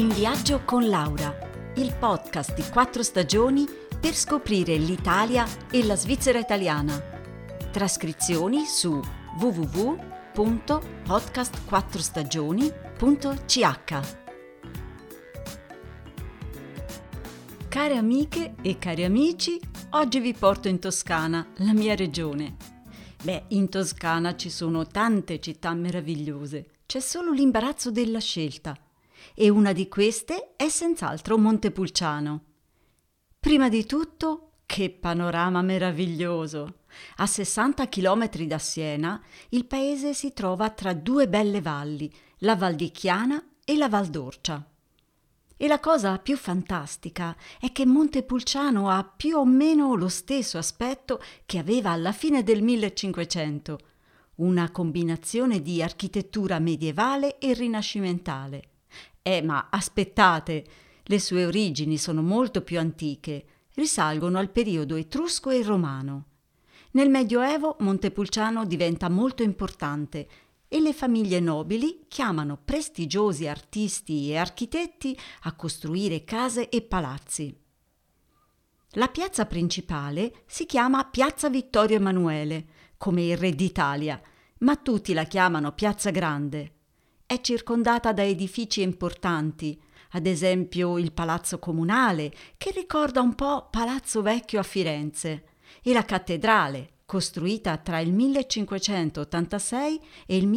In viaggio con Laura, il podcast di 4 stagioni per scoprire l'Italia e la Svizzera italiana. Trascrizioni su www.podcast4stagioni.ch. Care amiche e cari amici, oggi vi porto in Toscana, la mia regione. In Toscana ci sono tante città meravigliose, c'è solo l'imbarazzo della scelta. E una di queste è senz'altro Montepulciano. Prima di tutto, che panorama meraviglioso! A 60 chilometri da Siena, il paese si trova tra due belle valli, la Val di Chiana e la Val d'Orcia. E la cosa più fantastica è che Montepulciano ha più o meno lo stesso aspetto che aveva alla fine del 1500, una combinazione di architettura medievale e rinascimentale. Ma aspettate, le sue origini sono molto più antiche, risalgono al periodo etrusco e romano. Nel Medioevo Montepulciano diventa molto importante e le famiglie nobili chiamano prestigiosi artisti e architetti a costruire case e palazzi. La piazza principale si chiama Piazza Vittorio Emanuele, come il re d'Italia, ma tutti la chiamano Piazza Grande. È circondata da edifici importanti, ad esempio il Palazzo Comunale, che ricorda un po' Palazzo Vecchio a Firenze, e la cattedrale, costruita tra il 1586 e il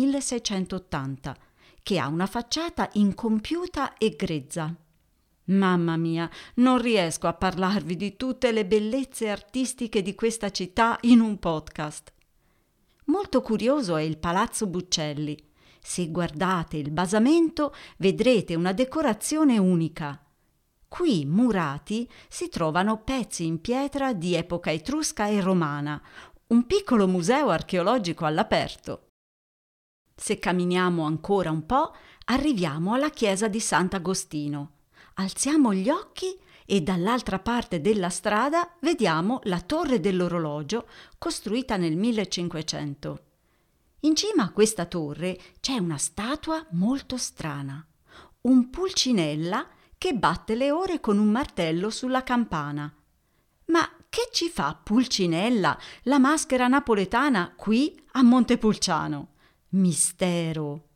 1680, che ha una facciata incompiuta e grezza. Mamma mia, non riesco a parlarvi di tutte le bellezze artistiche di questa città in un podcast. Molto curioso è il Palazzo Buccelli. Se guardate il basamento vedrete una decorazione unica. Qui, murati, si trovano pezzi in pietra di epoca etrusca e romana, un piccolo museo archeologico all'aperto. Se camminiamo ancora un po', arriviamo alla chiesa di Sant'Agostino. Alziamo gli occhi e dall'altra parte della strada vediamo la torre dell'orologio costruita nel 1500. In cima a questa torre c'è una statua molto strana, un pulcinella che batte le ore con un martello sulla campana. Ma che ci fa Pulcinella, la maschera napoletana, qui a Montepulciano? Mistero!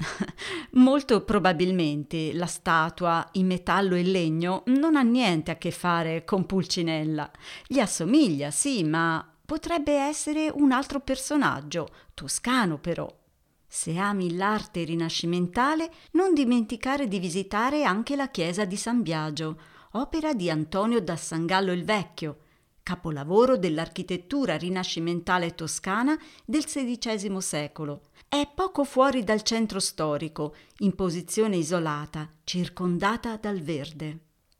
Molto probabilmente la statua in metallo e legno non ha niente a che fare con Pulcinella. Gli assomiglia, sì, ma potrebbe essere un altro personaggio, toscano però. Se ami l'arte rinascimentale, non dimenticare di visitare anche la chiesa di San Biagio, opera di Antonio da Sangallo il Vecchio, capolavoro dell'architettura rinascimentale toscana del XVI secolo. È poco fuori dal centro storico, in posizione isolata, circondata dal verde.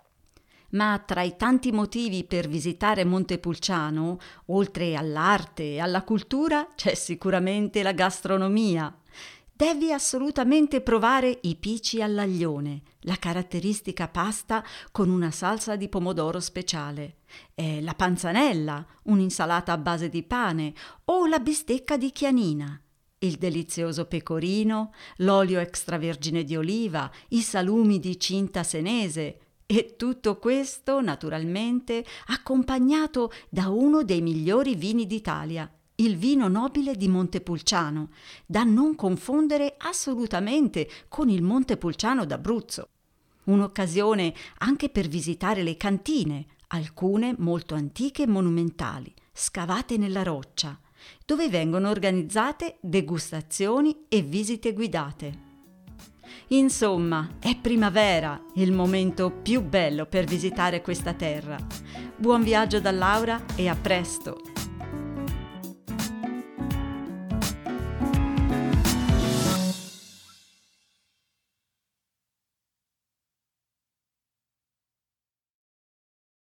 Ma tra i tanti motivi per visitare Montepulciano, oltre all'arte e alla cultura, c'è sicuramente la gastronomia. Devi assolutamente provare i pici all'aglione, la caratteristica pasta con una salsa di pomodoro speciale, la panzanella, un'insalata a base di pane, o la bistecca di Chianina, il delizioso pecorino, l'olio extravergine di oliva, i salumi di cinta senese. E tutto questo, naturalmente, accompagnato da uno dei migliori vini d'Italia, il vino nobile di Montepulciano, da non confondere assolutamente con il Montepulciano d'Abruzzo. Un'occasione anche per visitare le cantine, alcune molto antiche e monumentali, scavate nella roccia, dove vengono organizzate degustazioni e visite guidate. Insomma, è primavera, il momento più bello per visitare questa terra. Buon viaggio da Laura e a presto!